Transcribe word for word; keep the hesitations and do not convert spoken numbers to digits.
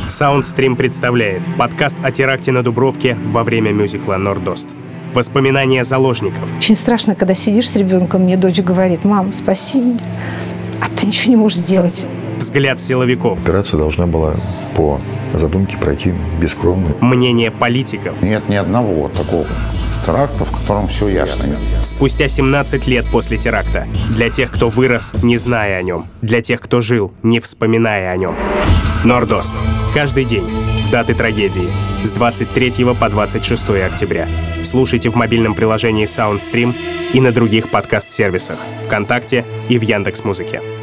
Soundstream представляет подкаст о теракте на Дубровке во время мюзикла «Нордост». Воспоминания заложников. Очень страшно, когда сидишь с ребенком, мне дочь говорит: «Мам, спаси меня», а ты ничего не можешь сделать. Взгляд силовиков. Операция должна была по задумке пройти бескровно. Мнение политиков. Нет ни одного вот такого теракта, в котором все ясно. Спустя семнадцать лет после теракта. Для тех, кто вырос, не зная о нем. Для тех, кто жил, не вспоминая о нем. «Нордост». Каждый день. В даты трагедии. С двадцать третьего по двадцать шестое октября. Слушайте в мобильном приложении Soundstream и на других подкаст-сервисах ВКонтакте и в Яндекс.Музыке.